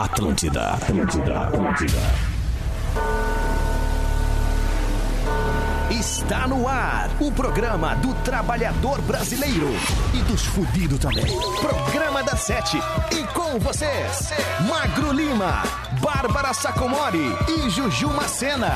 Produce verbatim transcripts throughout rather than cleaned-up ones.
Atlântida, Atlântida, Atlântida. Está no ar o programa do trabalhador brasileiro e dos fudidos também. Programa da Sete. E com vocês, Magro Lima, Bárbara Sacomori e Juju Macena.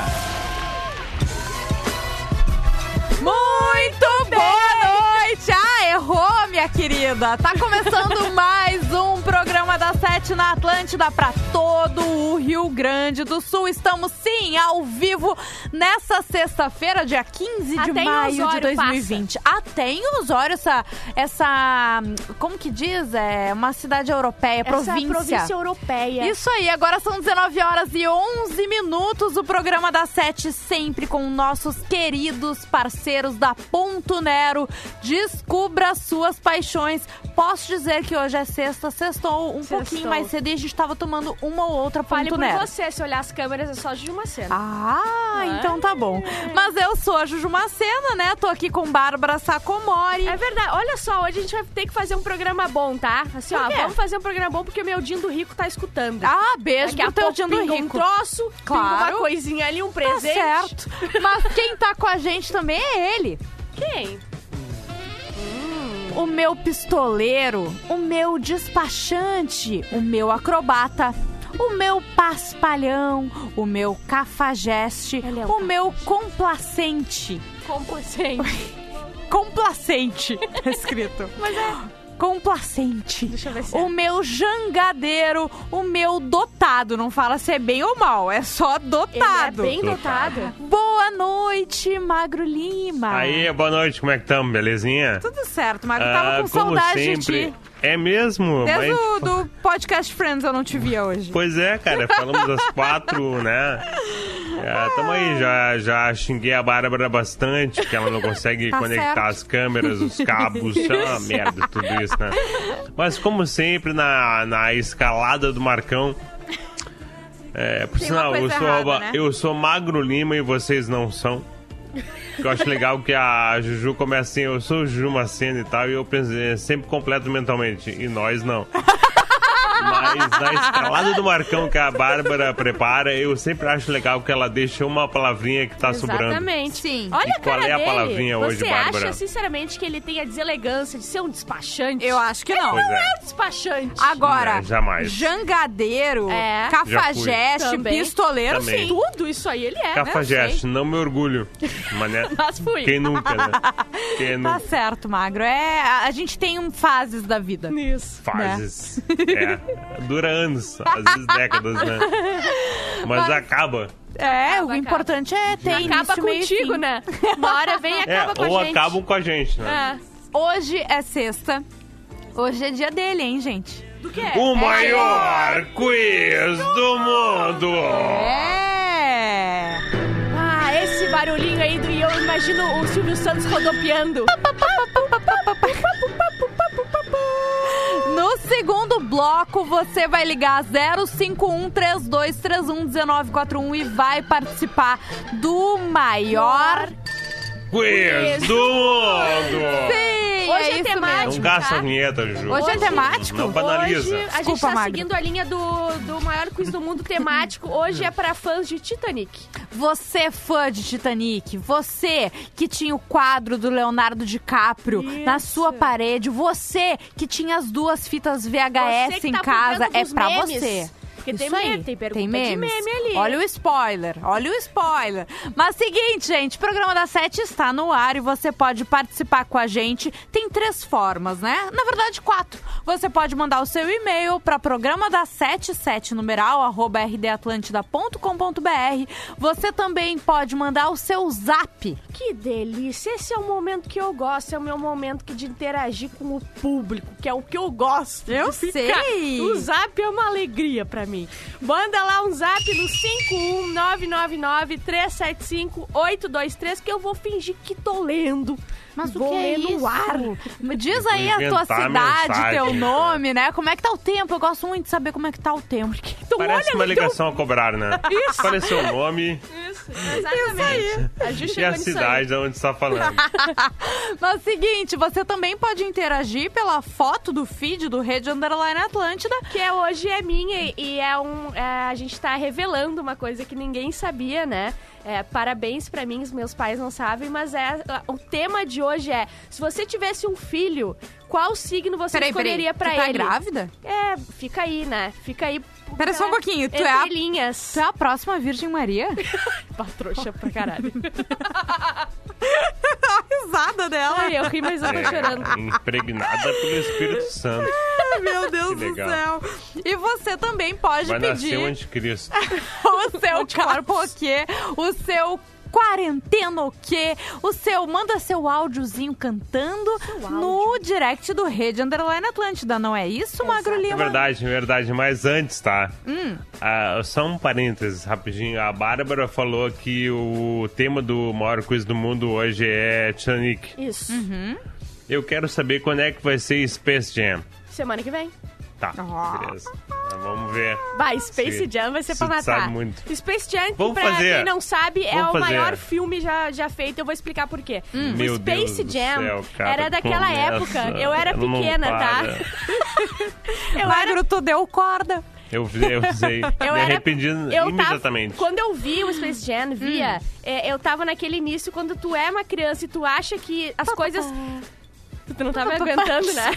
Muito boa noite! Ah, errou, minha querida! Tá começando mais um programa da Sete na Atlântida para todo o Rio Grande do Sul. Estamos, sim, ao vivo nessa sexta-feira, dia quinze de maio de dois mil e vinte. Até em Osório, essa, essa... Como que diz? É uma cidade europeia, essa província. província europeia. Isso aí, agora são dezenove horas e onze minutos. O programa da Sete sempre com nossos queridos parceiros da Ponto Nero. Descubra suas paixões. Posso dizer que hoje é sexta, sextou um Sextou. pouquinho mais cedo e a gente tava tomando uma ou outra Fale Ponto por Nero. você, se olhar as câmeras é só Juju Macena. Ah, é? Então tá bom. Mas eu sou a Juju Macena, né? Tô aqui com Bárbara Sacomori. É verdade. Olha só, hoje a gente vai ter que fazer um programa bom, tá? Assim, ó, vamos fazer um programa bom porque o meu Dinho do Rico tá escutando. Ah, beijo Daqui pro a teu pouco Dinho do pinga Rico. um troço, Claro. pinga uma coisinha ali, um presente. Tá certo. Mas quem tá com a gente também é ele. Quem? O meu pistoleiro, o meu despachante, o meu acrobata, o meu paspalhão, o meu cafajeste, Ele é o um meu complacente. Complacente. Complacente, tá escrito. Mas é... Complacente. Deixa eu ver se O é. meu jangadeiro, o meu dotado. Não fala se é bem ou mal, é só dotado. Ele é bem dotado. Boa noite, Magro Lima. Aí, boa noite, como é que estamos? Belezinha? Tudo certo, Magro. Ah, Tava com como saudade sempre. de ti. É mesmo? Desde mas... o do podcast Friends eu não te via hoje. Pois é, cara, falamos às quatro, né? É, tamo aí, já, já xinguei a Bárbara bastante, que ela não consegue Tá conectar certo. as câmeras, os cabos, é uma merda tudo isso, né? Mas como sempre, na, na escalada do Marcão, é, por Tem sinal, uma eu coisa sou, errada, né? eu sou Magro Lima e vocês não são. Eu acho legal que a Juju começa assim, eu sou o Juju Macena e tal, e eu pensei, sempre completo mentalmente, e nós não. Mas na escalada do Marcão que a Bárbara prepara, eu sempre acho legal que ela deixa uma palavrinha que tá sobrando. Exatamente. Sim. Olha E a qual cara é a dele. palavrinha hoje, Você Bárbara? acha, sinceramente, que ele tem a deselegância de ser um despachante? Eu acho que não. Pois é. É um despachante. Agora, Não, jamais. jangadeiro, É. cafajeste, Também. pistoleiro, Também. sim. Tudo isso aí ele é, né? Cafajeste, não me orgulho. Mas, né? Mas fui. Quem nunca, né? Quem Tá nunca. certo, Magro. É, a, a gente tem um fases da vida. Isso. Fases. É. Dura anos, às vezes décadas, né? Mas acaba. É, Acaba, o importante é ter Acaba início, meio e contigo, fim. né? Uma hora vem e É, acaba com ou a gente. acabam com a gente, né? É. Hoje é sexta. Hoje é dia dele, hein, gente? Do que? O maior quiz do mundo! É! Ah, esse barulhinho aí do... E eu imagino o Silvio Santos rodopiando. No segundo bloco, você vai ligar zero cinco um três dois três um um nove quatro um e vai participar do maior... Quiz do mundo! Sim, Hoje é é isso temático. Não mesmo. gasta tá? a vinheta, Ju. Hoje é temático? Não banaliza. Hoje a gente Desculpa, tá Magro. seguindo a linha do, do maior quiz do mundo temático. Hoje é pra fãs de Titanic. Você, fã de Titanic, você que tinha o quadro do Leonardo DiCaprio Isso. na sua parede, você que tinha as duas fitas V H Você S que em tá por casa, dentro é dos pra memes. você. Porque tem Isso aí. meme, tem pergunta Tem de memes. meme ali. Olha o spoiler, olha o spoiler. Mas seguinte, gente, o programa da Sete está no ar e você pode participar com a gente. Tem três formas, né? Na verdade, quatro. Você pode mandar o seu e-mail para programa da sete sete numeral arroba r d atlântida ponto com ponto b r. Você também pode mandar o seu zap. Que delícia. Esse é o momento que eu gosto. É o meu momento de interagir com o público, que é o que eu gosto. Eu de ficar. sei. O zap é uma alegria pra mim. Manda lá um zap no cinco um nove nove nove três sete cinco oito dois três que eu vou fingir que tô lendo. Mas Vou o que é ler no isso? ar. Diz aí a tua Inventar cidade, mensagem, teu né? nome, né? Como é que tá o tempo? Eu gosto muito de saber como é que tá o tempo. Então Parece olha uma no ligação a cobrar, né? Isso. Apareceu o nome. Isso. Exatamente. A Ju E chegou a nisso aí. cidade onde está falando. Mas seguinte, você também pode interagir pela foto do feed do Rede Underline Atlântida. Que é, hoje é minha e é um. é, a gente tá revelando uma coisa que ninguém sabia, né? É, parabéns pra mim, os meus pais não sabem, mas é, o tema de hoje é: se você tivesse um filho, qual signo você Peraí, peraí, escolheria pra tu tá ele? grávida? É, fica aí, né? Fica aí. Pera só um pouquinho, tu entre é a- linhas. Tu é a próxima Virgem Maria? Pá, trouxa pra caralho. A risada dela. Ai, eu ri, mas eu tô chorando. É, impregnada pelo Espírito Santo. Ai, meu Deus Que do legal. céu. E você também pode Vai nascer pedir o anticristo. o seu karaokê, o seu quarentena o quê? O seu, manda seu áudiozinho cantando no direct do Rede Underline Atlântida, não é isso, Magro É Lima? verdade, é verdade. Mas antes, tá? Hum. Ah, só um parênteses, rapidinho. A Bárbara falou que o tema do maior quiz do mundo hoje é Titanic. Isso. Uhum. Eu quero saber quando é que vai ser Space Jam. Semana que vem. Tá, beleza. Mas vamos ver. Vai, Space Sim. Jam vai ser pra Você matar. sabe muito. Space Jam, que Vamos pra fazer. quem não sabe, é Vamos o fazer. maior filme já, já feito. Eu vou explicar por quê. Meu o Space Deus do Jam céu, cara, era daquela começa. época. Eu era Ela não pequena, tá? para. Eu Magro, era... tu deu corda. Eu, eu sei. Eu Me era- arrependi eu imediatamente. Tava, quando eu vi o Space Jam, via, é, eu tava naquele início, quando tu é uma criança e tu acha que as coisas... Tu não tava me aguentando, né?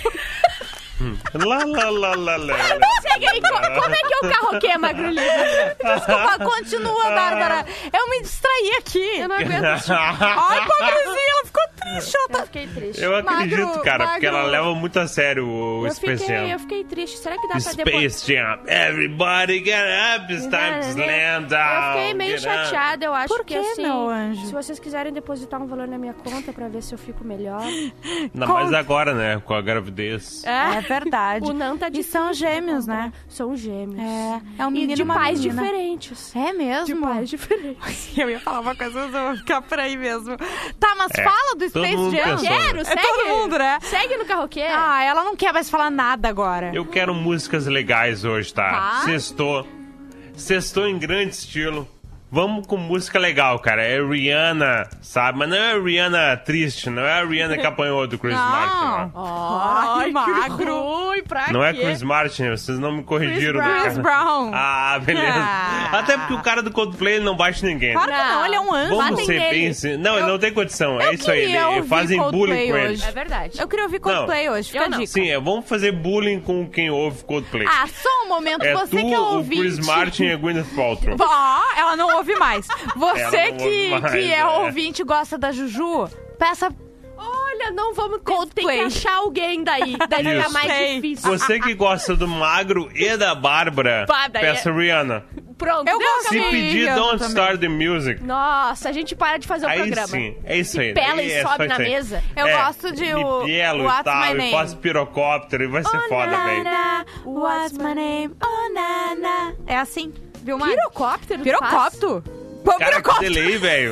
Lá, lá, lá, lá, lá. Segue aí, co- como é que é o karaokê, Magro Lima? Desculpa, continua, Bárbara. Eu me distraí aqui. Eu não aguento. Ai, pobrezinha, ela ficou triste. Ela Eu tá... fiquei triste. Eu acredito, Magro, cara, porque ela magro. leva muito a sério o Eu Space fiquei, eu Jam. fiquei triste. Será que dá pra depois... Space Jam. Everybody get up, it's time to slam down. Eu fiquei meio Get up. chateada, eu acho Por que quê, assim... meu anjo? Se vocês quiserem depositar um valor na minha conta pra ver se eu fico melhor... Ainda mais agora, né, com a gravidez. É verdade. O não tá E difícil são de gêmeos, comprar. né? São gêmeos. É, é um E menino de e uma pais menina. diferentes. É mesmo? De pais diferentes. Eu ia falar uma coisa, mas eu vou ficar por aí mesmo. Tá, mas É, fala do todo Space mundo Jam. pensou. Quero, É segue. todo mundo, né? Segue no karaokê. Ah, ela não quer mais falar nada agora. Eu quero músicas legais hoje, tá? Tá. Sextou. Sextou em grande estilo. Vamos com música legal, cara. É Rihanna, sabe? Mas não é a Rihanna triste, não é a Rihanna que apanhou do Chris Martin. Ó. Ai, que magro. ruim, pra Não é quê? Chris Martin, vocês não me corrigiram. Chris do Chris cara. Brown. Ah, beleza. Ah. Até porque o cara do Coldplay ele não bate ninguém. Claro que não, ele é um anjo. Vamos batem ser nele. bem... sin- Não, ele não tem condição. eu É isso aí. queria Ele, ouvir fazem bullying Coldplay com ele. hoje. É verdade. Eu queria ouvir Coldplay hoje, fica eu a não. dica. Sim, é, vamos fazer bullying com quem ouve Coldplay. Ah, só um momento, é você tu, que é o ouvinte. Chris Martin e a Gwyneth Paltrow. Ó, ela não ouve mais. Você Ela não que, ouve mais, que é é. ouvinte e gosta da Juju, peça... Olha, não vamos ter, Coldplay. tem que achar alguém daí. Daí fica Isso. mais Sei. difícil. Você que gosta do Magro e da Bárbara, Pá, daí peça Rihanna. Pronto. Eu deu, gosto Se Sim, acabou. pedir Rihanna Don't também. Start the Music, Nossa, a gente para de fazer o aí programa. sim, é isso Se aí. pela e é sobe só na isso aí. mesa. Eu É, gosto de o- me pielo What's e tal, My e Name? faço pirocóptero e vai ser Oh, foda, velho. Nana, what's my name? Oh, Nana. É assim, viu, Magro? Pirocóptero? tu Pirocóptero. Pô, Cara, que pirocóptero. delay, velho.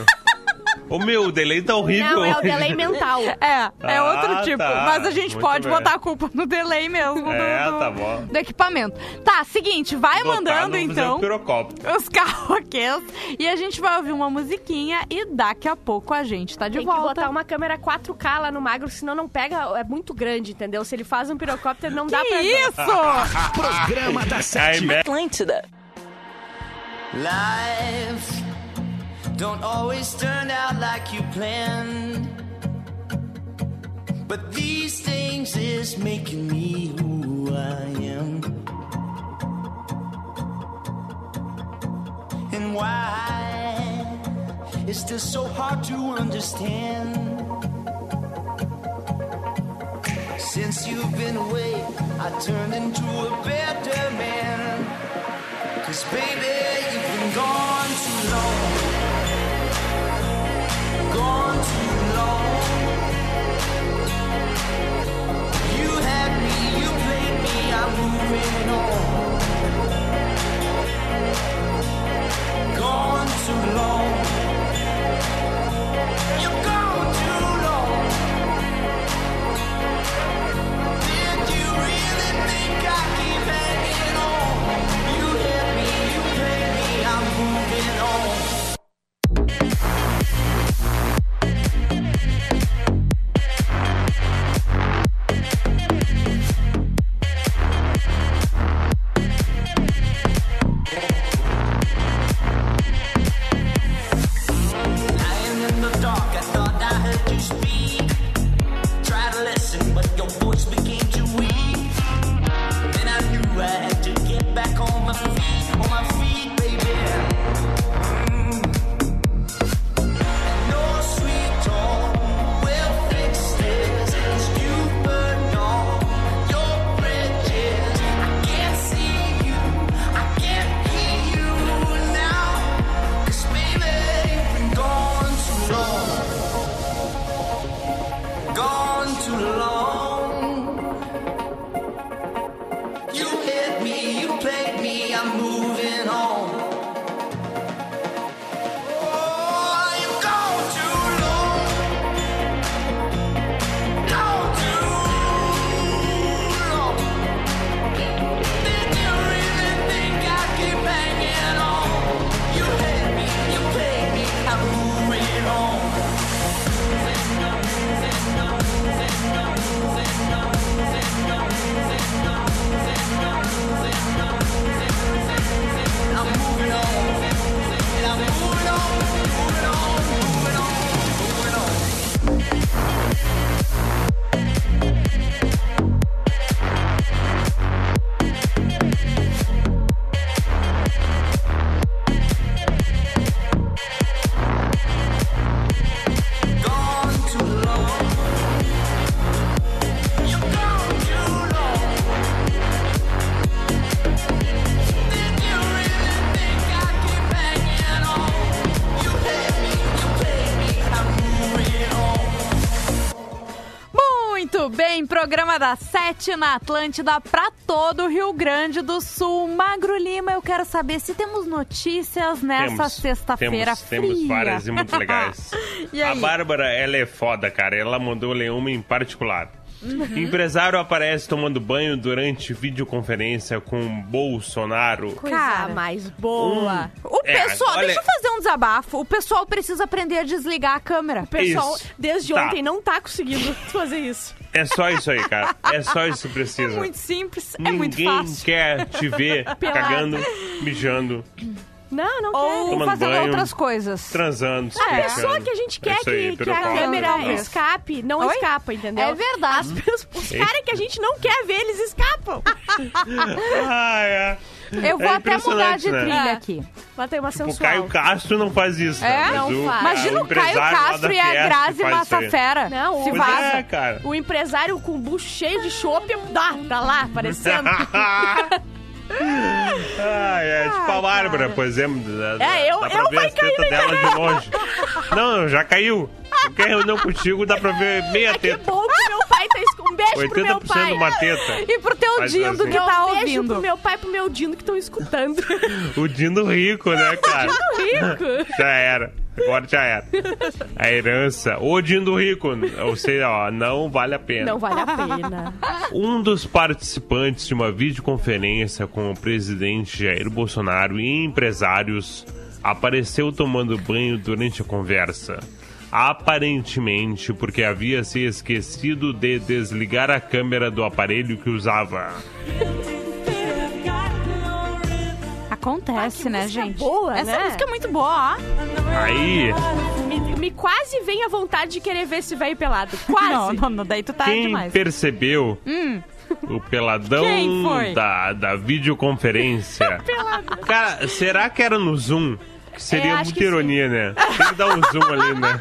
Ô, meu, o delay tá horrível Não, é o hoje. delay mental. É, é Ah, outro tipo. tá. Mas a gente Muito pode bem. botar a culpa no delay mesmo. do- É, do, tá bom. do equipamento. Tá, seguinte, vai Botar mandando no- então fazer o pirocóptero. os karaokês e a gente vai ouvir uma musiquinha e daqui a pouco a gente tá de Tem volta. que botar uma câmera quatro K lá no Magro, senão não pega, é muito grande, entendeu? Se ele faz um pirocóptero, não dá Que pra... isso? Programa da Aí, Sete. me- Atlântida. Life don't always turn out like you planned, but these things is making me who I am. And why is this so hard to understand? Since you've been away, I turned into a better man. 'Cause baby, you've been gone too long, gone too long. You had me, you played me, I'm moving on. Gone too long, you're gone too long. Did you really think I keep hanging on? You had me, you played me, I'm moving on. Sim, programa das sete na Atlântida pra todo o Rio Grande do Sul. Magro Lima, eu quero saber se temos notícias nessa Temos, sexta-feira temos, fria. Temos várias e muito legais. E A aí? Bárbara, ela é foda, cara. Ela mandou ler uma em particular. Uhum. Empresário aparece tomando banho durante videoconferência com Bolsonaro. Coisa Cara, mais boa. O É, pessoal, olha- deixa eu fazer um desabafo. O pessoal precisa aprender a desligar a câmera. O pessoal, Isso. desde Tá. ontem, não tá conseguindo fazer isso. É só isso aí, cara. É só isso que É precisa. muito simples, é muito Ninguém fácil. quer te ver Pelado. cagando, mijando, Não, não Ou quero. Tomando fazendo banho. outras coisas. transando, se A É. pessoa beijando. que a gente É quer isso aí, que, que a pirocauda. câmera Talvez. escape, não Oi? escapa, entendeu? É verdade. As pessoas- os caras que a gente não quer ver, eles escapam. Ah, é. Eu vou É até mudar de impressionante, né? trilha É. aqui. Bota aí uma O sensual. Caio Castro não faz isso, É? né? Mas Não o, faz. Imagina o o Caio empresário lá Castro da e a Fiesp Grazi faz isso aí. Massafera. Não, Se o- Pois vaza. é, cara. O empresário com o bucho cheio de chope, dá, tá lá, aparecendo. Ah, é tipo a Bárbara, por exemplo. Dá, É, eu- dá pra eu ver vai as tetas cair na dela de longe. Não, já caiu. Qualquer reunião contigo dá pra ver meia Ai, que teta. bom que meu pai tá... esc- Um beijo pro oitenta meu por cento pai. uma teta. E pro teu Faz Dindo assim. que tá um beijo ouvindo. pro meu pai e pro meu Dino que estão escutando. O Dindo rico, né, cara? Rico. Já era. Agora já era. A herança. O Dindo rico. Ou seja, ó, não vale a pena. Não vale a pena. Um dos participantes de uma videoconferência com o presidente Jair Bolsonaro e empresários apareceu tomando banho durante a conversa. Aparentemente porque havia se esquecido de desligar a câmera do aparelho que usava. Acontece, Ah, que né, música gente? boa, Essa né? música é muito boa, ó. Aí, Me, me quase vem a vontade de querer ver esse velho pelado. Quase. Não, não, não, daí tu tá quem demais. percebeu o peladão Quem foi? da, da videoconferência? Cara, será que era no Zoom? Que seria É, acho muita que ironia, né? Tem que dar um zoom ali, né?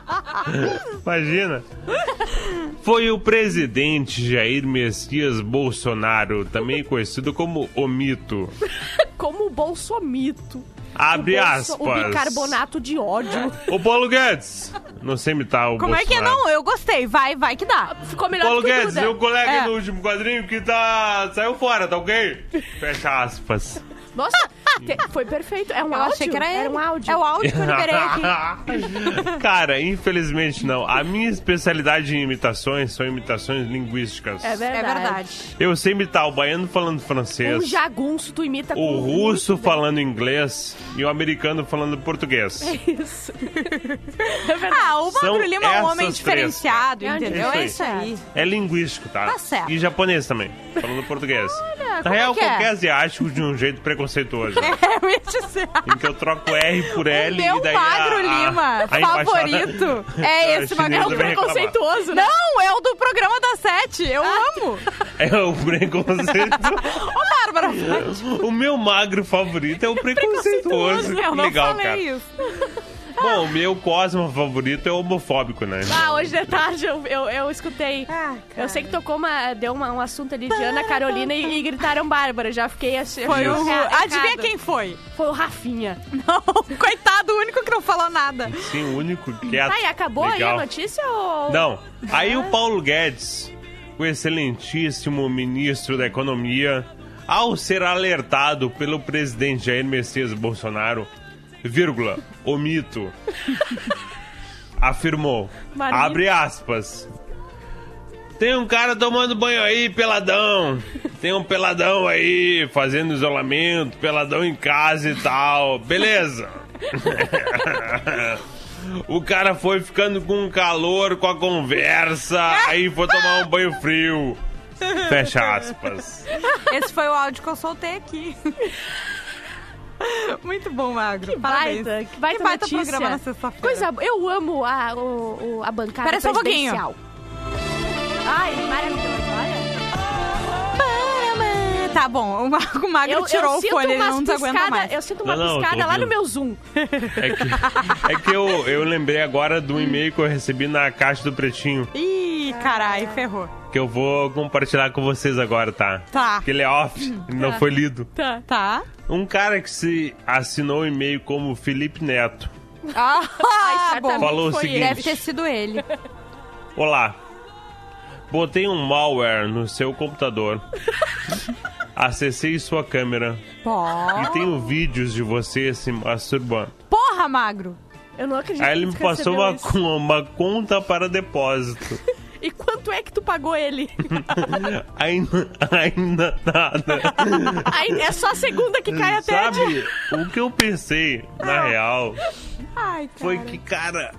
Imagina. Foi o presidente Jair Messias Bolsonaro, também conhecido como o Mito. Como o bolsomito. Abre o bolso- O aspas. bicarbonato de ódio. O Paulo Guedes. Não sei imitar o Como é que é? Bolsonaro. Não, eu gostei. Vai, vai que dá. Ficou melhor Paulo do que o Guedes, Duda. meu colega É. no último quadrinho que tá... saiu fora, tá ok? Fecha aspas. Nossa, te- foi perfeito. É um Eu áudio? achei que era ele. um áudio. É o áudio que eu liberei aqui. Cara, infelizmente não. A minha especialidade em imitações são imitações linguísticas. É verdade. É verdade. Eu sei imitar o baiano falando francês, Um jagunço tu imita com o russo muito bem. falando inglês e o americano falando português. Isso. É verdade. Ah, o São Magro Lima é um homem essas diferenciado, três, cara. entendeu? Isso É aí. isso aí. É linguístico, tá? Tá certo. E japonês também, falando português. Na como real, é que é? qualquer asiático de um jeito preconceituoso. É, eu ia dizer. Em que eu troco R por L O meu e daí Magro a, a, Lima a embaixada- favorito é a esse chinesa Magro vem Lima. reclamar. Preconceituoso, né? Não, é o do programa da Sete. Eu amo. É o preconceito. Ô, Bárbara. O meu magro favorito é o preconceituoso. Eu não Legal, falei cara. isso. Bom, o meu Cosmo favorito é homofóbico, né? Ah, hoje de tarde eu, eu, eu escutei. Ah, eu sei que tocou uma. Deu uma, um assunto ali de Ana Carolina e, e gritaram Bárbara. Já fiquei assim. Foi o... chocada. Adivinha quem foi? Foi o Rafinha. Não, coitado, o único que não falou nada. Sim, o único quieto. Tá, e acabou Legal. aí a notícia ou. Não. Aí o Paulo Guedes, o excelentíssimo ministro da Economia, ao ser alertado pelo presidente Jair Messias Bolsonaro, vírgula, o mito, afirmou, Marmita. abre aspas, tem um cara tomando banho aí, peladão, tem um peladão aí, fazendo isolamento, peladão em casa e tal, beleza. O cara foi ficando com calor com a conversa, aí foi tomar um banho frio. Fecha aspas. Esse foi o áudio que eu soltei aqui. Muito bom, Magro. Parabéns. Baita, que baita, Que baita notícia. programa na sexta-feira. Coisa, eu amo a, o, o- a bancada Pera só um pouquinho. presidencial. Ai, maravilhoso, olha. Tá bom, o Ma- o Magro Eu, tirou eu o sinto fone, ele umas não desaguenta piscada- mais. Eu sinto uma Não, não, eu tô piscada lá no ouvindo. meu Zoom. É que, é que eu, eu lembrei agora do e-mail que eu recebi na caixa do Pretinho, Ih, carai, ferrou. que eu vou compartilhar com vocês agora, tá? Tá. Que ele é off, não foi lido. Tá. Tá. Um cara que se assinou o e-mail como Felipe Neto Ah, Ai, bom. certamente falou o foi seguinte: Deve ter sido ele. Olá. Botei um malware no seu computador. Acessei sua câmera. Pô. E tenho vídeos de você se masturbando. Porra, Magro. Eu não acredito Aí ele que me tu passou recebeu uma, isso. uma conta para depósito. E quanto é que tu pagou ele? Ainda, ainda nada. Aí é só a segunda que cai até. Sabe, o que eu pensei, na real, Ai, cara. foi que, cara,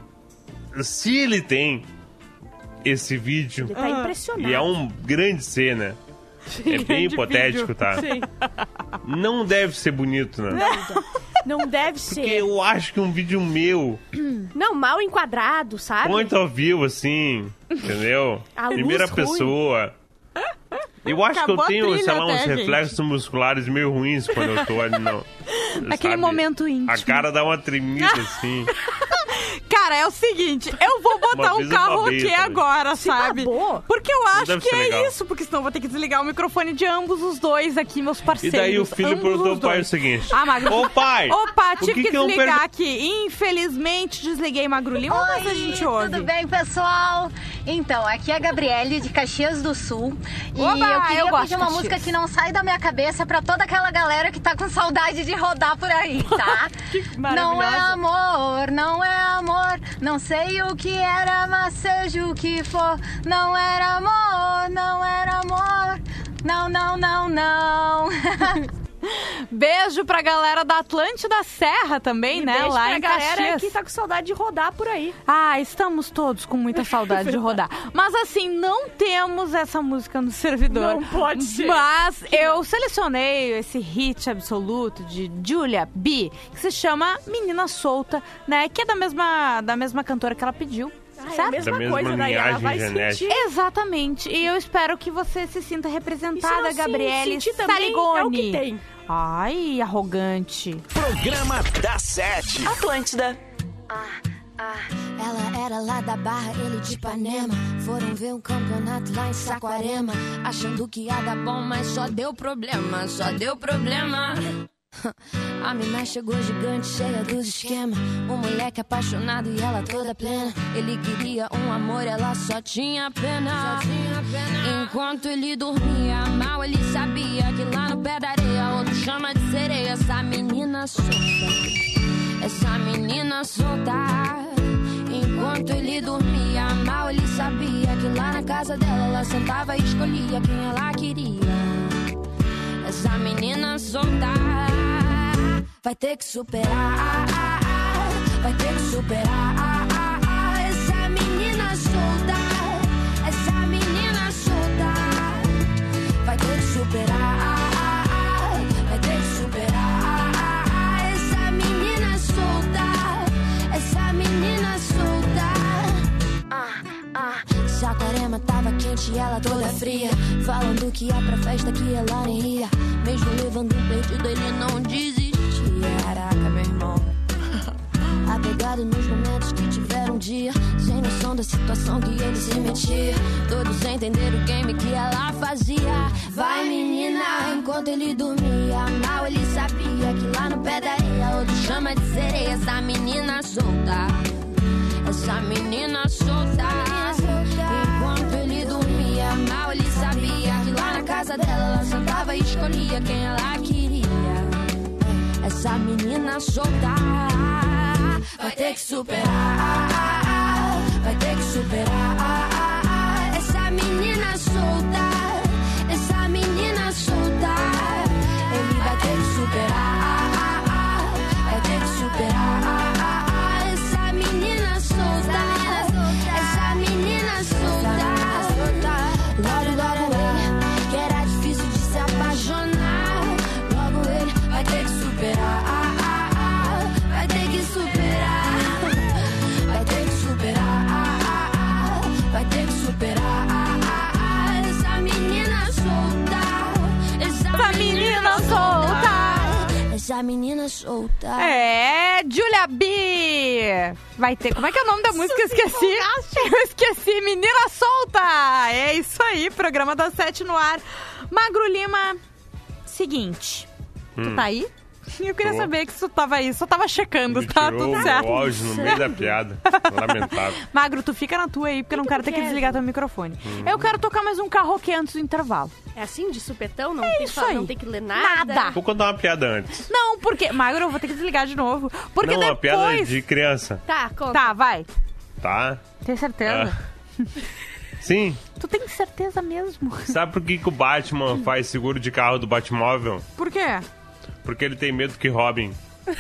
se ele tem esse vídeo, Ele tá impressionado. e é um grande cena, é bem grande hipotético, vídeo. tá? Sim. Não deve ser bonito, né? Não deve Porque ser. eu acho que um vídeo meu, Não, mal enquadrado, sabe? point of view, assim, entendeu? A luz Primeira ruim. pessoa. Eu acho Acabou a que eu tenho, trilha sei lá, uns até, gente. reflexos musculares meio ruins quando eu tô ali, não. Naquele sabe? momento íntimo. A cara dá uma tremida, assim. Cara, é o seguinte, eu vou botar Uma um vez eu carro babei aqui também. agora, Se sabe? babou? Porque eu acho deve que ser é legal. isso, porque senão eu vou ter que desligar o microfone de ambos os dois aqui, meus E parceiros. daí o filho ambos perguntou os ao pai o dois. seguinte. Ah, Magro. Ô pai! Opa, o tive que que, que eu desligar pergun- aqui. Infelizmente, desliguei Magro Lima, mas a gente ouve. Tudo bem, pessoal? Então, aqui é a Gabriele de Caxias do Sul. E Oba, eu queria eu gosto pedir de uma Caxias. música que não sai da minha cabeça pra toda aquela galera que tá com saudade de rodar por aí, tá? Não é maravilhosa. amor, não é amor. Não sei o que era, mas seja o que for. Não era amor, não era amor. Não, não, não, não. Beijo pra galera da Atlântida Serra também, E né? beijo Lá pra em galera Caxias. que tá com saudade de rodar por aí. Ah, estamos todos com muita saudade de rodar. Mas assim, não temos essa música no servidor. Não pode ser. Mas eu selecionei esse hit absoluto de Julia B, que se chama Menina Solta, né? Que é da mesma, da mesma cantora que ela pediu. Ah, é a certo? mesma Da mesma coisa, daí ela linhagem vai genética. sentir. Exatamente. E eu espero que você se sinta E se representada, não se Gabriele sentir também, Saligone. é o que tem. Ai, arrogante. Programa da Sete. Atlântida. Ela era lá da Barra, ele de Ipanema. Foram ver um campeonato lá em Saquarema, achando que ia dar bom, mas só deu problema, só deu problema. A mina chegou gigante, cheia dos esquemas. Um moleque apaixonado e ela toda plena. Ele queria um amor, ela só tinha pena. Enquanto ele dormia mal, ele sabia que lá no pé da areia outro chama de sereia. Essa menina solta, essa menina solta. Enquanto ele dormia mal, ele sabia que lá na casa dela ela sentava e escolhia quem ela queria. Essa menina solta vai ter que superar, vai ter que superar. Essa menina solta, essa menina solta vai ter que superar, vai ter que superar. Essa menina solta, essa menina solta. Ah, ah. Saquarema tava quente e ela toda fria, falando que ia pra festa que ela nem ia. Mesmo levando um perdido, ele não desistia. Caraca, meu irmão. Apegado nos momentos que tiveram um dia, sem noção da situação que ele se metia. Todos sem entender o game que ela fazia. Vai, menina, enquanto ele dormia mal, ele sabia que lá no pé da areia outro chama de sereia. Essa menina solta, essa menina solta. Enquanto ele dormia mal, ele sabia que lá na casa dela ela sentava e escolhia quem ela queria. Essa menina solta vai ter que superar, vai ter que superar. Essa menina solta, essa menina solta. Ele vai ter que superar, vai ter que superar. Essa menina solta, essa menina solta. Logo, logo ele, que era difícil de se apaixonar. Logo ele vai ter que superar, vai ter que superar, vai ter que superar, vai ter que superar. Essa menina solta, Essa menina solta. essa menina solta. É, Julia B. Vai ter. Como é que é o nome da música? Eu esqueci. Eu esqueci. Menina solta. É isso aí. Programa das Sete no ar. Magro Lima. Seguinte. Tu tá aí? Eu queria Tô. saber que isso tava aí. Só tava checando, Me tá tirou tudo o certo. meu áudio no meio da piada. Lamentável. Magro, tu fica na tua aí, porque eu não quero ter que quero. desligar teu microfone. Eu quero tocar mais um karaokê antes do intervalo. É assim, de supetão? Não, tem, que isso falar- aí. não tem que ler nada? Nada. Vou contar uma piada antes. Não, porque... Magro, eu vou ter que desligar de novo. Porque não, uma piada depois... de criança, Tá, conta. Tá, vai. tá? Tem certeza? Ah. Sim. Tu tem certeza mesmo? Sabe por que, que o Batman faz seguro de carro do Batmóvel? Por quê? Porque ele tem medo que roubem.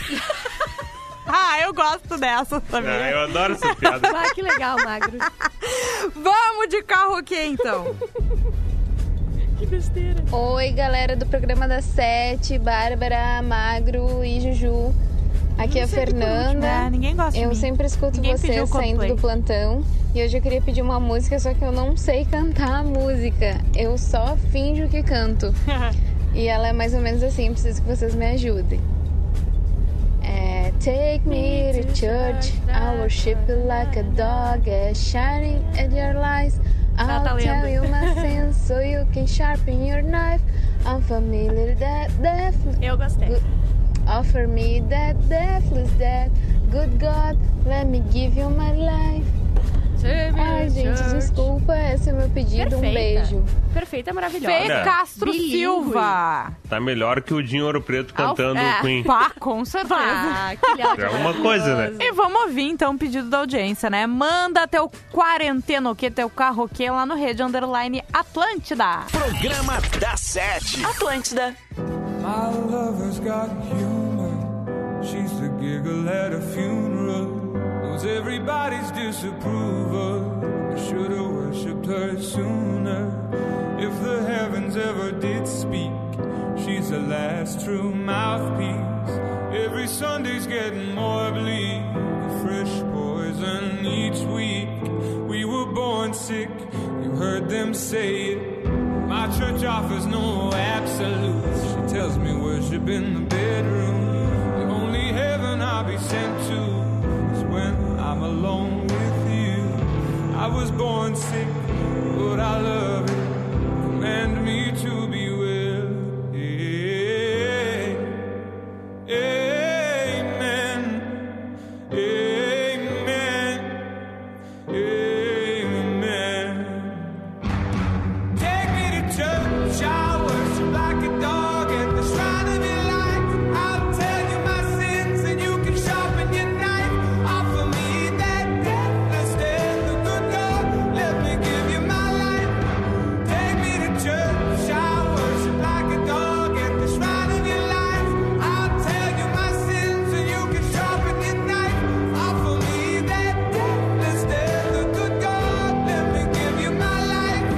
Ah, eu gosto dessa, sabia? Ah, eu adoro essa piada. Ah, que legal, Magro. Vamos de karaokê, então. Que besteira. Oi, galera do programa da Sete, Bárbara, Magro e Juju. Aqui é a Fernanda. É, ninguém gosta de Eu mim. sempre escuto Ninguém pediu vocês saindo Coldplay. do plantão. E hoje eu queria pedir uma música, só que eu não sei cantar a música. Eu só finjo que canto. E ela é mais ou menos assim, eu preciso que vocês me ajudem. É, take me to church, I worship you like a dog, é shining at your lies. Ela I'll tá tell lendo. you my sins so you can sharpen your knife. I'm familiar that death. Eu gostei. Offer me that deathless death. Good God, let me give you my life. Ai, gente, desculpa, esse é o meu pedido. Um Perfeita. beijo. Perfeita, maravilhosa. Fê Olha. Castro Bilíngue. Silva. Tá melhor que o Dinho Ouro Preto cantando é. o Queen. Pá, com certeza. Ah, que áudio É alguma coisa, né? E vamos ouvir, então, o pedido da audiência, né? Manda teu quarenteno, que teu carroquê lá no Rede Underline Atlântida. Programa da Sete. Atlântida. My lover's got humor. She's the giggle at a funeral. Knows everybody's disapproval. I should've worshipped her sooner. If the heavens ever did speak, she's the last true mouthpiece. Every Sunday's getting more bleak. Fresh poison each week. We were born sick, you heard them say it. My church offers no absolutes. She tells me worship in the bedroom. The only heaven I'll be sent to is when I'm alone with you. I was born sick, but I love it. Command me to be well. Amen. Amen. Amen. Take me to church, I worship like a dog at the shrine of your life. I'll tell you my sins and you can sharpen your knife. Offer me that deathless death, the good God, let me give you my life. Take me to church, I worship like a dog at the shrine of your life. I'll tell you my sins and you can sharpen your knife. Offer me that deathless death, the good God, let me give you my life.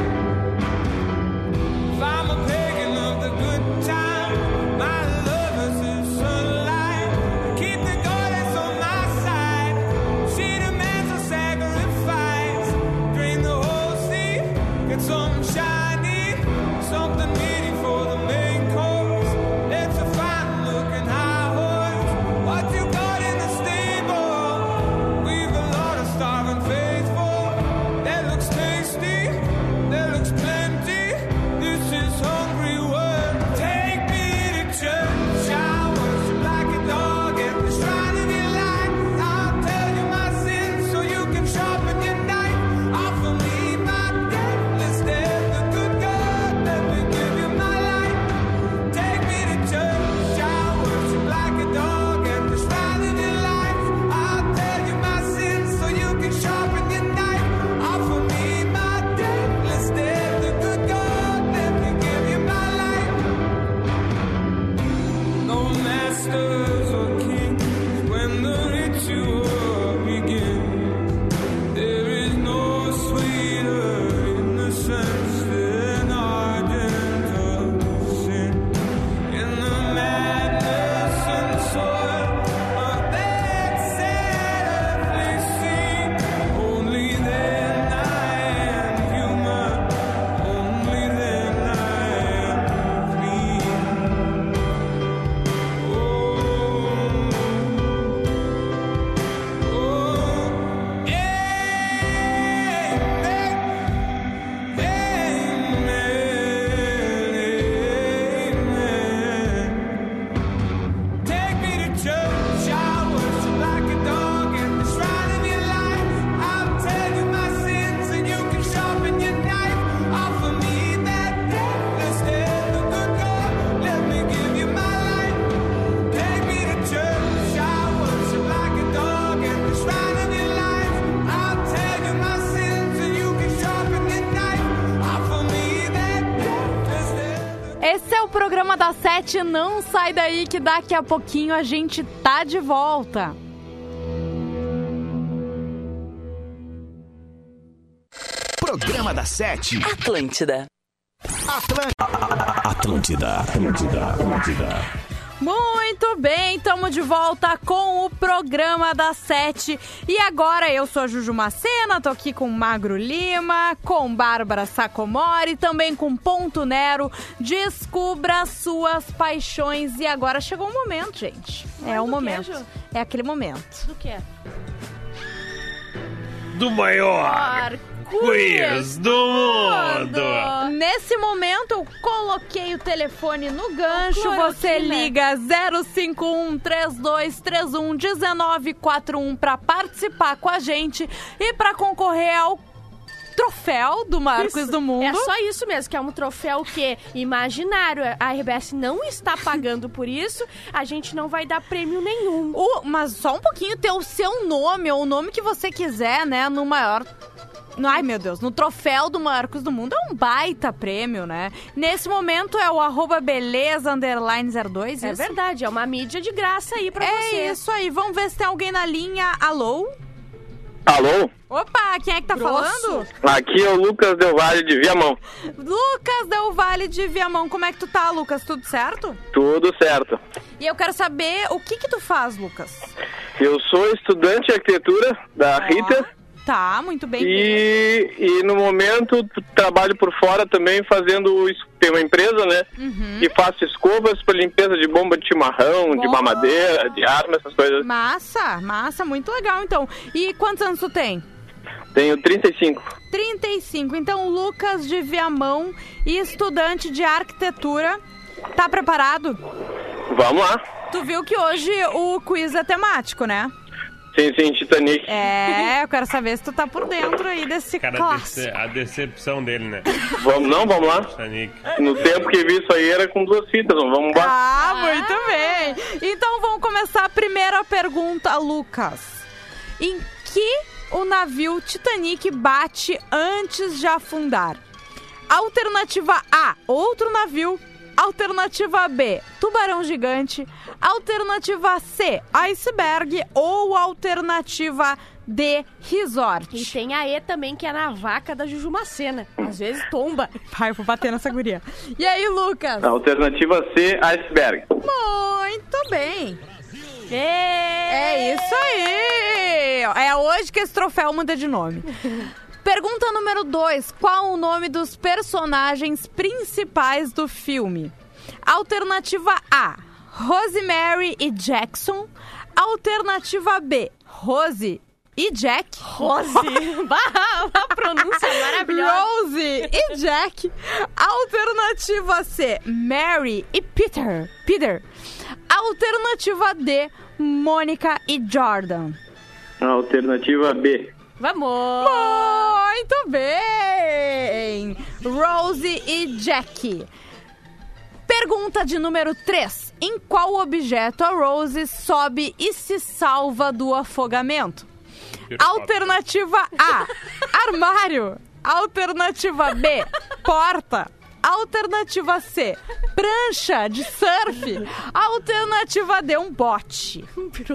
If I'm a pagan of the good time, my lover's the sunlight. Keep the goddess on my side. She demands a sacrifice. Drain the whole sea, get something shiny, something meaty for the main course. It's a fine looking high horse. What you got in the stable? We've a lot of starving faithful. That looks tasty, that looks plenty. This is hungry work. Take me to church. I worship like a dog at the shrine of your life. I'll tell you my sins so you can sharpen your knife. Offer me my deathless death, the good God, let me give you my life. Take me to church. I worship like a dog at the shrine of your life. I'll tell you my sins so you can sharpen your knife. Offer me my deathless death, the good God, let me give you my life. No masters or kings when the ritual begins. There is no sweeter innocence than our gentle sin. In the madness and soil of that sad earthly scene, only then I am human. Only then I am clean. Oh, sete. Não sai daí que daqui a pouquinho a gente tá de volta. Programa da Sete. Atlântida. Atlântida. Atlântida. Atlântida. Atlântida. Muito bem, estamos de volta com o Programa da Sete. E agora eu sou a Juju Macena, tô aqui com Magro Lima, com Bárbara Sacomori, também com Ponto Nero. Descubra suas paixões. E agora chegou o momento, gente. É o momento. Queijo? É aquele momento. Do quê? Do maior quiz do mundo. Nesse momento, eu coloquei o telefone no gancho. Cloroquina. Você liga zero cinco um, três dois três um, um nove quatro um pra participar com a gente e pra concorrer ao troféu do Marcos Isso. do Mundo. É só isso mesmo, que é um troféu que imaginário. A R B S não está pagando por isso, a gente não vai dar prêmio nenhum. O, mas só um pouquinho, ter o seu nome ou o nome que você quiser, né, no maior... no- Ai, meu Deus, no troféu do Marcos do Mundo é um baita prêmio, né? Nesse momento é o arroba beleza underline zero dois, É isso? verdade, é uma mídia de graça aí pra É você. isso aí, vamos ver se tem alguém na linha. Alô? Alô? Opa, quem é que tá Grosso. falando? Aqui é o Lucas Del Valle de Viamão. Lucas Del Valle de Viamão. Como é que tu tá, Lucas? Tudo certo? Tudo certo. E eu quero saber o que que tu faz, Lucas? Eu sou estudante de arquitetura da Ó, Rita Tá, muito bem. e, e no momento trabalho por fora também fazendo... es- Tem uma empresa, né? Uhum. Que faço escovas para limpeza de bomba de chimarrão, de Boa. mamadeira, de arma, essas coisas. Massa, massa, muito legal, então. E quantos anos tu tem? Tenho trinta e cinco. trinta e cinco. Então, Lucas de Viamão, estudante de arquitetura. Tá preparado? Vamos lá. Tu viu que hoje o quiz é temático, né? Sim, sim, Titanic. É, eu quero saber se tu tá por dentro aí desse Cara, a, clássico. dece- a decepção dele, né? Vamos, não, vamos lá. Titanic. No tempo que vi isso aí era com duas fitas, vamos embora. Ah, muito bem. Então vamos começar a primeira pergunta, Lucas. Em que o navio Titanic bate antes de afundar? Alternativa A, outro navio. Alternativa B, tubarão gigante. Alternativa C, iceberg. Ou alternativa D, resort. E tem a E também, que é na vaca da Juju Macena. Às vezes tomba. Pai, eu vou bater nessa guria. E aí, Lucas? Alternativa C, iceberg. Muito bem. É, É isso aí! É hoje que esse troféu muda de nome. Pergunta número dois. Qual o nome dos personagens principais do filme? Alternativa A, Rosemary e Jackson. Alternativa B, Rose e Jack. Rose. Bah, uma pronúncia maravilhosa. Rose e Jack. Alternativa C, Mary e Peter. Peter. Alternativa D, Mônica e Jordan. Alternativa B. Vamos. Muito bem! Rose e Jack. Pergunta de número três. Em qual objeto a Rose sobe e se salva do afogamento? Alternativa A, armário. Alternativa B, porta. Alternativa C, prancha de surf. Alternativa D, um bote.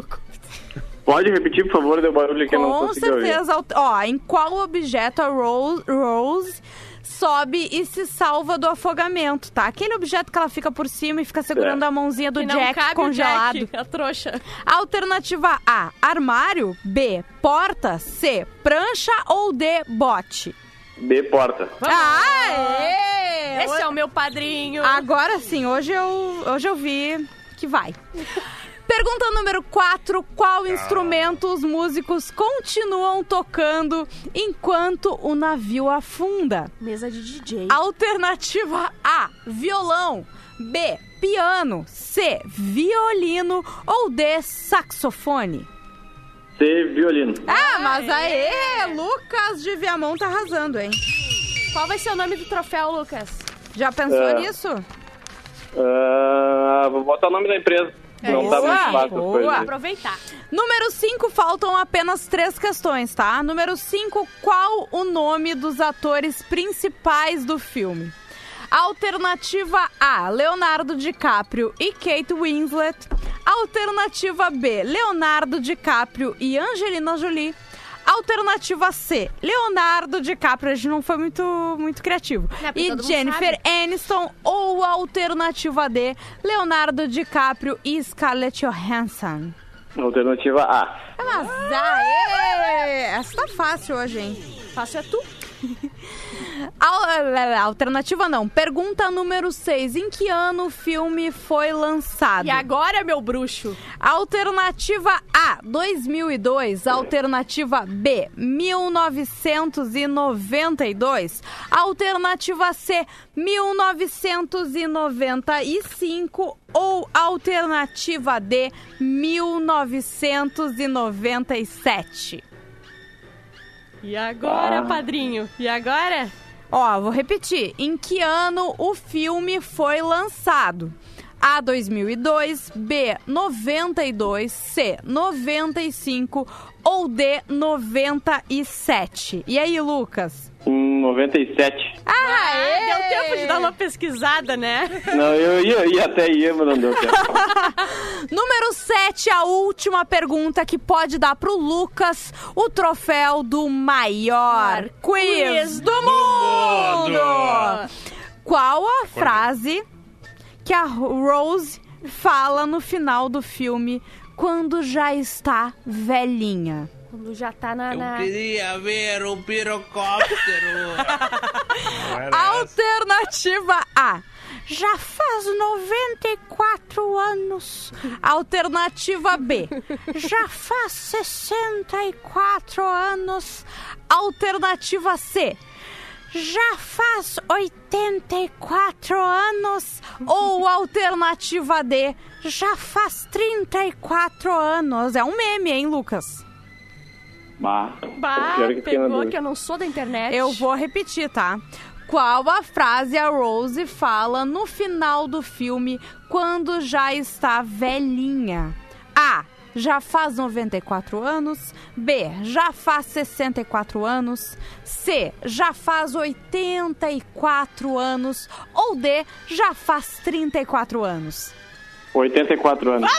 Pode repetir, por favor, deu barulho que eu não Com consegui ouvir. certeza. Alt- Ó, em qual objeto a Rose, Rose sobe e se salva do afogamento, tá? Aquele objeto que ela fica por cima e fica segurando É. a mãozinha do Que não Jack cabe congelado. o Jack, a trouxa. Alternativa A, armário. B, porta. C, prancha. Ou D, bote. B, porta. Aê! Esse é o meu padrinho. Agora sim, hoje eu, hoje eu vi que vai. Pergunta número quatro. Qual instrumento os músicos continuam tocando enquanto o navio afunda? Mesa de D J. Alternativa A, violão. B, piano. C, violino. Ou D, saxofone. C, violino. Ah, mas aí, Lucas de Viamão tá arrasando, hein? Qual vai ser o nome do troféu, Lucas? Já pensou É. nisso? Ah, vou botar o nome da empresa. É não tá isso muito aí. fácil as Boa. coisas. aí. Aproveitar. Número cinco, faltam apenas três questões, tá? Número cinco, qual o nome dos atores principais do filme? Alternativa A, Leonardo DiCaprio e Kate Winslet. Alternativa B, Leonardo DiCaprio e Angelina Jolie. Alternativa C, Leonardo DiCaprio, a gente não foi muito, muito criativo. É, porque e todo mundo Jennifer sabe. Aniston. Ou alternativa D, Leonardo DiCaprio e Scarlett Johansson. Alternativa A. Mas, aê! Essa tá fácil hoje, hein? Fácil é tu. Al- Alternativa não. Pergunta número seis. Em que ano o filme foi lançado? E agora, meu bruxo? Alternativa A, dois mil e dois. Alternativa B, mil novecentos e noventa e dois. Alternativa C, mil novecentos e noventa e cinco. Ou alternativa D, mil novecentos e noventa e sete. E agora, Ah. padrinho? E agora? Ó, vou repetir. Em que ano o filme foi lançado? A, dois mil e dois, B, noventa e dois, C, noventa e cinco ou D, noventa e sete. E aí, Lucas? Em noventa e sete. Ah, Deu tempo de dar uma pesquisada, né? Não, eu ia, ia até ia, mas não deu tempo. Número sete, a última pergunta que pode dar pro Lucas o troféu do maior quiz do mundo. Qual a frase que a Rose fala no final do filme quando já está velhinha? Quando já tá na... Eu na... queria ver o pirocóptero. Não era essa? Alternativa A. Já faz noventa e quatro anos. Alternativa B. Já faz sessenta e quatro anos. Alternativa C. Já faz oitenta e quatro anos. Ou alternativa D. Já faz trinta e quatro anos. É um meme, hein, Lucas? Bah, Bah, pior que fiquei na pegou dúvida. que eu não sou da internet. Eu vou repetir, tá? Qual a frase a Rose fala no final do filme quando já está velhinha? A. Já faz noventa e quatro anos. B. Já faz sessenta e quatro anos. C. Já faz oitenta e quatro anos. Ou D. Já faz trinta e quatro anos. oitenta e quatro anos.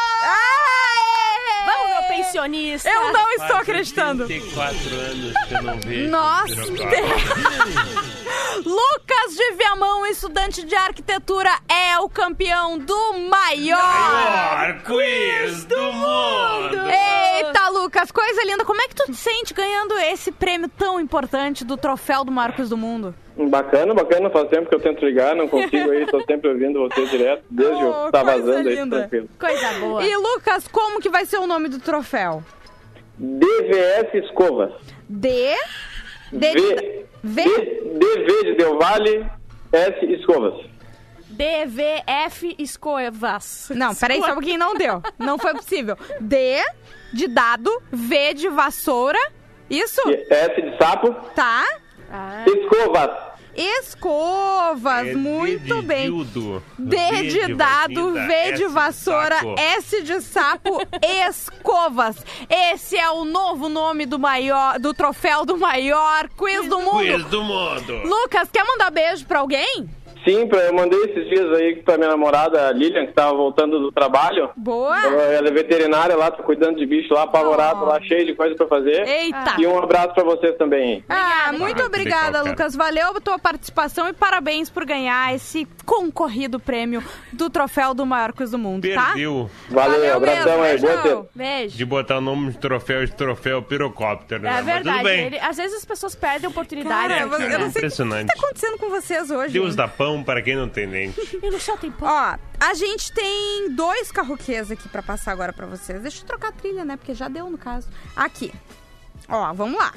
Vamos, meu pensionista! Eu não estou Faz acreditando. oitenta e quatro anos que eu não vejo. Nossa, pirocóptero. Lucas de Viamão, estudante de arquitetura, é o campeão do maior. Maior quiz do mundo. Eita, Lucas, coisa linda. Como é que tu te sente ganhando esse prêmio tão importante do troféu do maior quiz do mundo? Bacana, bacana. Faz tempo que eu tento ligar, não consigo aí. Tô sempre ouvindo você direto. Desde Oh, eu tá coisa vazando aí, linda. tranquilo. Coisa boa. E, Lucas, como que vai ser o nome do troféu? D V S Escovas. D... D... V... V... D, DV de Del Valle, S Escovas. D V F Escovas. Não, peraí, só um pouquinho, não deu. Não foi possível. D de dado, V de vassoura, isso? E S de sapo, Tá? Ah, Escovas. Escovas, É D muito de bem. dildo, D de dado, vagina, V S de vassoura, saco. S de sapo, escovas. Esse é o novo nome do maior, do troféu do maior quiz do mundo. Quiz do mundo. Lucas, quer mandar beijo pra alguém? Sim, pra, eu mandei esses dias aí pra minha namorada, a Lilian, que tava voltando do trabalho. Boa. Ela é veterinária lá, tá cuidando de bicho lá, apavorado Oh. lá, cheio de coisa pra fazer. Eita. E um abraço pra vocês também. Ah, muito Ah, obrigada, legal, cara. Lucas. Valeu a tua participação e parabéns por ganhar esse concorrido prêmio do troféu do maior quiz do mundo, tá? Perdeu Valeu, Valeu abração mesmo, aí, boa beijão. tempo. beijo. de botar o nome de troféu de troféu pirocóptero. né? É Mas verdade. tudo bem. ele- às vezes as pessoas perdem a oportunidade. Cara, né, eu não cara? sei o que Impressionante. tá acontecendo com vocês hoje. Deus hein? dá pão para quem não tem dente. E no céu tem pão. Ó, a gente tem dois carroquês aqui pra passar agora pra vocês. Deixa eu trocar a trilha, né? Porque já deu no caso. Aqui. Ó, vamos lá.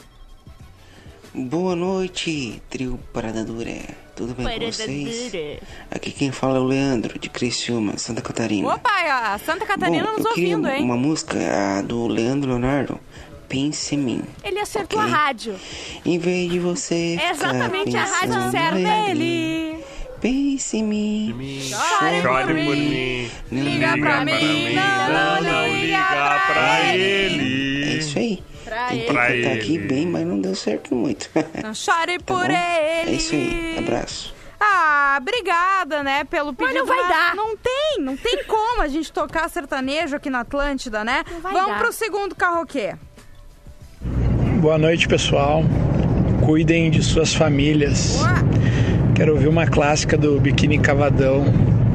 Boa noite, trio Parada Dura. Tudo bem com vocês? Parada Aqui quem fala é o Leandro, de Criciúma, Santa Catarina. Opa, a Santa Catarina Bom, nos eu queria ouvindo, hein? uma música a do Leandro Leonardo, Pense em Mim. Ele acertou Ok. a rádio. Em vez de você É exatamente ficar a rádio pensando certa. nele, pense em mim. Chore Chore por por mim. mim. Não Liga pra mim, não, não liga pra ele. É isso aí. Pra Tentei ele. Pra cantar aqui ele. bem, mas não deu certo muito. Não chore Tá por bom? ele. É isso aí. Abraço. Ah, obrigada, né, pelo pedido. Mas não vai dar. Não tem, não tem como a gente tocar sertanejo aqui na Atlântida, né? Não vai Vamos dar. pro segundo karaokê. Boa noite, pessoal. Cuidem de suas famílias. Boa. Quero ouvir uma clássica do Biquíni Cavadão.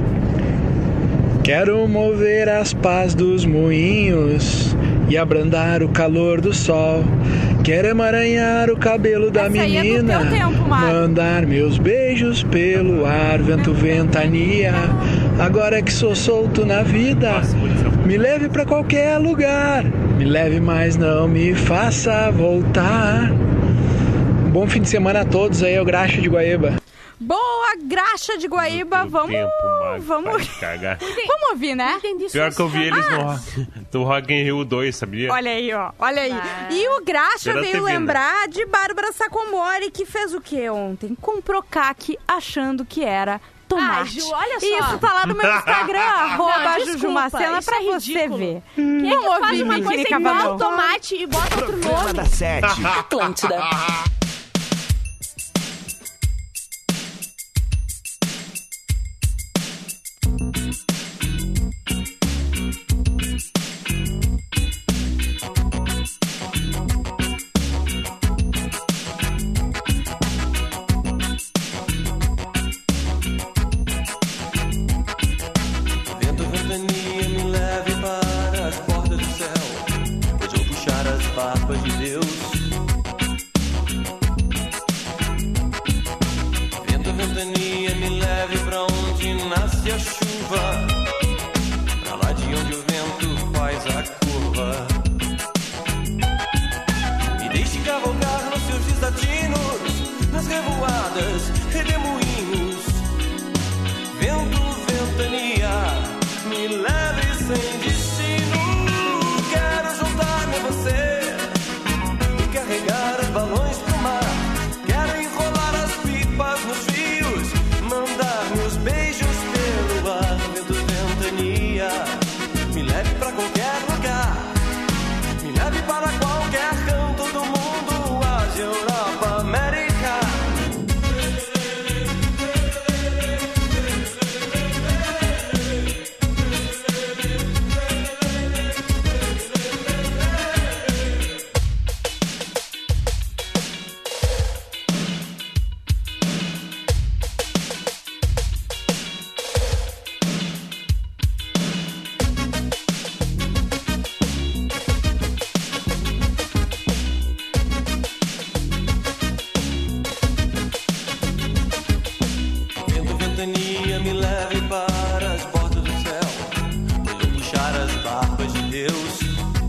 Quero mover as pás dos moinhos e abrandar o calor do sol. Quero emaranhar o cabelo da Essa aí é do menina, teu tempo, Mário. mandar meus beijos pelo ar, vento, ventania. Agora que sou solto na vida, Nossa, muito me leve pra qualquer lugar. Me leve, mas não me faça voltar. Um bom fim de semana a todos aí, é o Graxa de Guaíba. Boa, Graxa de Guaíba, Muito vamos... tempo, Magro, vamos... vai cagar. Vamos ouvir, né? Entendi Pior que eu vi eles no Ah. Rock, do Rock in Rio dois, sabia? Olha aí, ó, olha aí. Ah. E o Graxa Será veio ter vindo. lembrar de Bárbara Sacomori, que fez o que ontem? Comprou caque achando que era tomate. Ah, Ju, olha só. Isso tá lá no meu Instagram, arroba Não, Juju desculpa, Macena, isso pra é você ridículo. ver. Quem é que Vamos faz ouvir uma Biquíni coisa igual Cavadão. tomate e bota outro Programa nome? da Sete. Atlântida. Vento, ventania, me leve para as portas do céu, pois vou puxar as barbas de Deus. Vento, ventania, me leve pra onde nasce a chuva, pra lá de onde o vento faz a curva. Me deixe cavalgar nos seus desatinos, nas revoadas, redemoinhos. Vento, ventania, me leve sem destino. Quero juntar-me a você e carregar os balões pro mar. Quero enrolar as pipas nos fios, mandar meus beijos pelo ar. Vento, ventania, me leve pra qualquer lugar. Me leve para qualquer canto do mundo, Ásia, Europa, América. Vento, ventania, me leve para as portas do céu, pois vou puxar as barbas de Deus.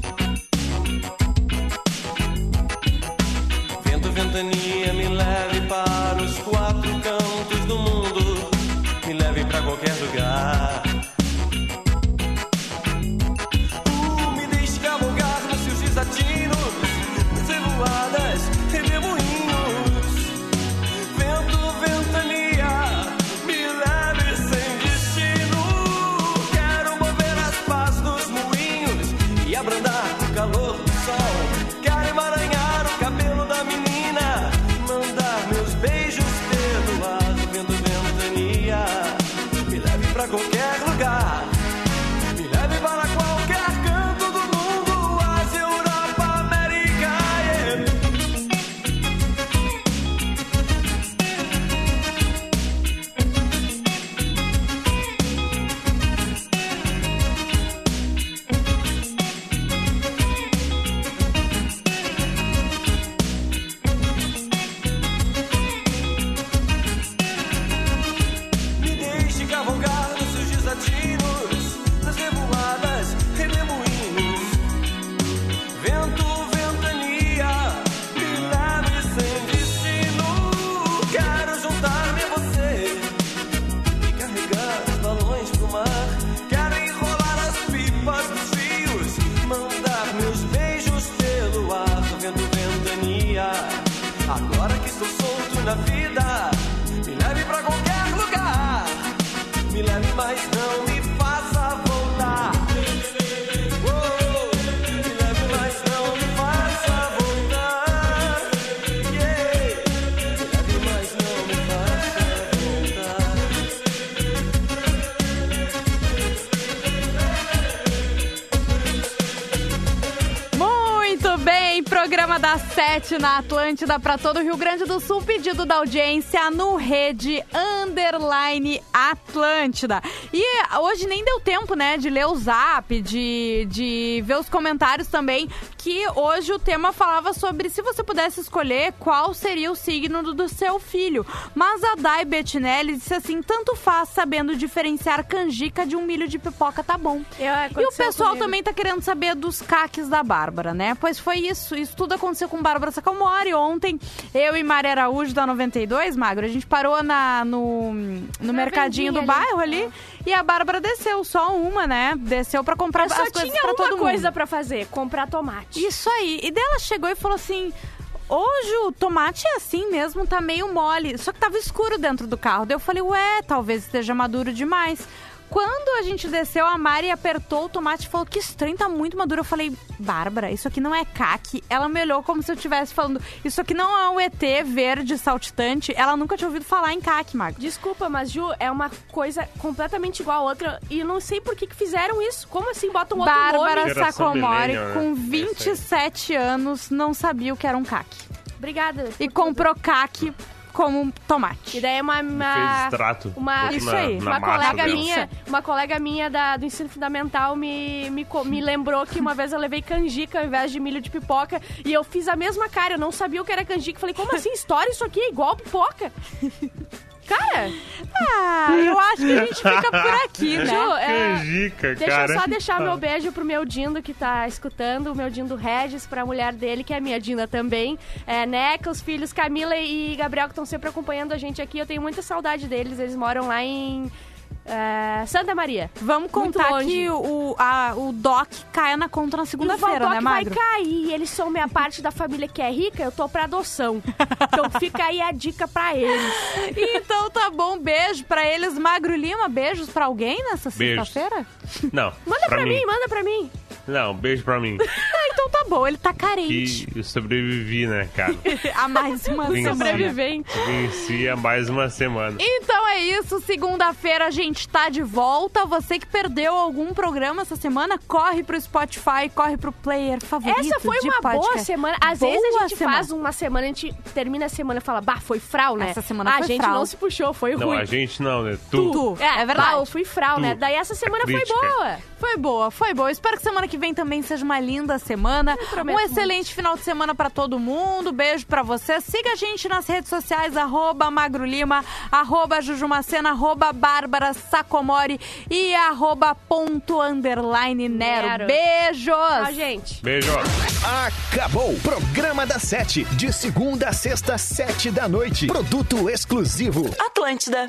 Vento, ventania, me leve para os quatro cantos do mundo, me leve para qualquer lugar. Uh, me deixe cavalgar nos seus desatinos, nas revoadas, redemoinhos. Vento, ventania, me leve sem destino. Quero mover as pás dos moinhos e abrandar o calor do sol. Quero emaranhar o cabelo da menina, mandar meus beijos pelo ar. Vento, ventania, me leve pra qualquer lugar. Me leve para qualquer canto do mundo, Ásia, Europa, América. Yeah. Me deixe cavalgar nos seus desatinos, nas revoadas, redemoinhos. Vento, ventania, me leve sem destino. Quero juntar-me a você e carregar os balões pro mar. Quero enrolar as pipas nos fios, mandar meus beijos pelo ar. Vento, ventania, agora que estou solto na vida, me leve pra qualquer lugar. Me leve, mas não me faça voltar. Oh, me leve, mas não me faça voltar. Yeah. Me leve, mas não me faça Programa das sete na Atlântida para todo o Rio Grande do Sul. Pedido da audiência no Rede Underline Atlântida. E hoje nem deu tempo, né, de ler o zap, de, de ver os comentários também, que hoje o tema falava sobre se você pudesse escolher qual seria o signo do, do seu filho. Mas a Dai Bettinelli disse assim, tanto faz sabendo diferenciar canjica de um milho de pipoca, tá bom. Eu, e o pessoal comigo. também tá querendo saber dos caques da Bárbara, né? Pois foi isso, isso tudo aconteceu com Bárbara Sacomori. Ontem, eu e Maria Araújo da noventa e dois, Magro, a gente parou na, no, no mercadinho do ali. bairro ali, é. e a Bárbara desceu, só uma, né? Desceu pra comprar Eu as só coisas tinha pra uma todo mundo. coisa pra fazer, comprar tomate. Isso aí. E dela chegou e falou assim... Hoje o tomate é assim mesmo, tá meio mole. Só que tava escuro dentro do carro. Daí eu falei, ué, talvez esteja maduro demais. Quando a gente desceu, a Mari apertou o tomate e falou, que estranho, tá muito maduro. Eu falei, Bárbara, isso aqui não é caque. Ela me olhou como se eu estivesse falando, isso aqui não é um E T verde saltitante. Ela nunca tinha ouvido falar em caque, Mago. Desculpa, mas Ju, é uma coisa completamente igual a outra. E eu não sei por que, que fizeram isso. Como assim botam outro Bárbara nome? Bárbara Sacomori, né? com vinte e sete anos, não sabia o que era um caque. Obrigada. E comprou caque como um tomate. E daí uma... uma fez extrato. Uma, isso aí. Uma colega minha, uma colega minha da, do ensino fundamental me, me, me lembrou que uma vez eu levei canjica ao invés de milho de pipoca e eu fiz a mesma cara, eu não sabia o que era canjica. Falei, como assim? História isso aqui é igual pipoca? Cara... Ah, eu acho que a gente fica por aqui, né? Ju, é, canjica, deixa cara. eu só deixar o meu beijo pro meu Dindo que tá escutando, o meu Dindo Regis, pra mulher dele, que é a minha Dina também. É, Neca, os filhos Camila e Gabriel, que estão sempre acompanhando a gente aqui. Eu tenho muita saudade deles, eles moram lá em... Uh, Santa Maria. Vamos contar que o, a, o Doc caia na conta na segunda-feira, né, Magro? vai cair. Eles são minha parte da família que é rica, eu tô pra adoção. Então fica aí a dica pra eles. Então tá bom, beijo pra eles. Magro Lima, beijos pra alguém nessa sexta-feira? Não. Manda pra, pra mim. mim, manda pra mim. Não, beijo pra mim. Ah, então tá bom, ele tá carente. Que eu sobrevivi, né, cara? A mais uma Venci. sobrevivente. Venci a mais uma semana. Então é isso, segunda-feira a gente tá de volta. Você que perdeu algum programa essa semana, corre pro Spotify, corre pro player favorito. Essa foi de uma podcast. boa semana. Às boa vezes a gente semana. faz uma semana, a gente termina a semana e fala, bah, foi frau, né? Essa semana ah, foi a gente frau. não se puxou, foi não, ruim. Não, a gente não, né? Tu. Tu. É, é verdade. Bah, eu fui frau, tu. né? Daí essa semana foi boa. Foi boa, foi boa. Espero que semana que vem também seja uma linda semana. Um excelente muito. final de semana pra todo mundo. Beijo pra você. Siga a gente nas redes sociais, arroba Magro Lima, arroba Jujumacena, arroba Bárbara Sacomori e arroba ponto underline Nero. Nero. Beijos! Tchau, gente. Beijo. Acabou. Programa da Sete. De segunda a sexta, sete da noite. Produto exclusivo. Atlântida.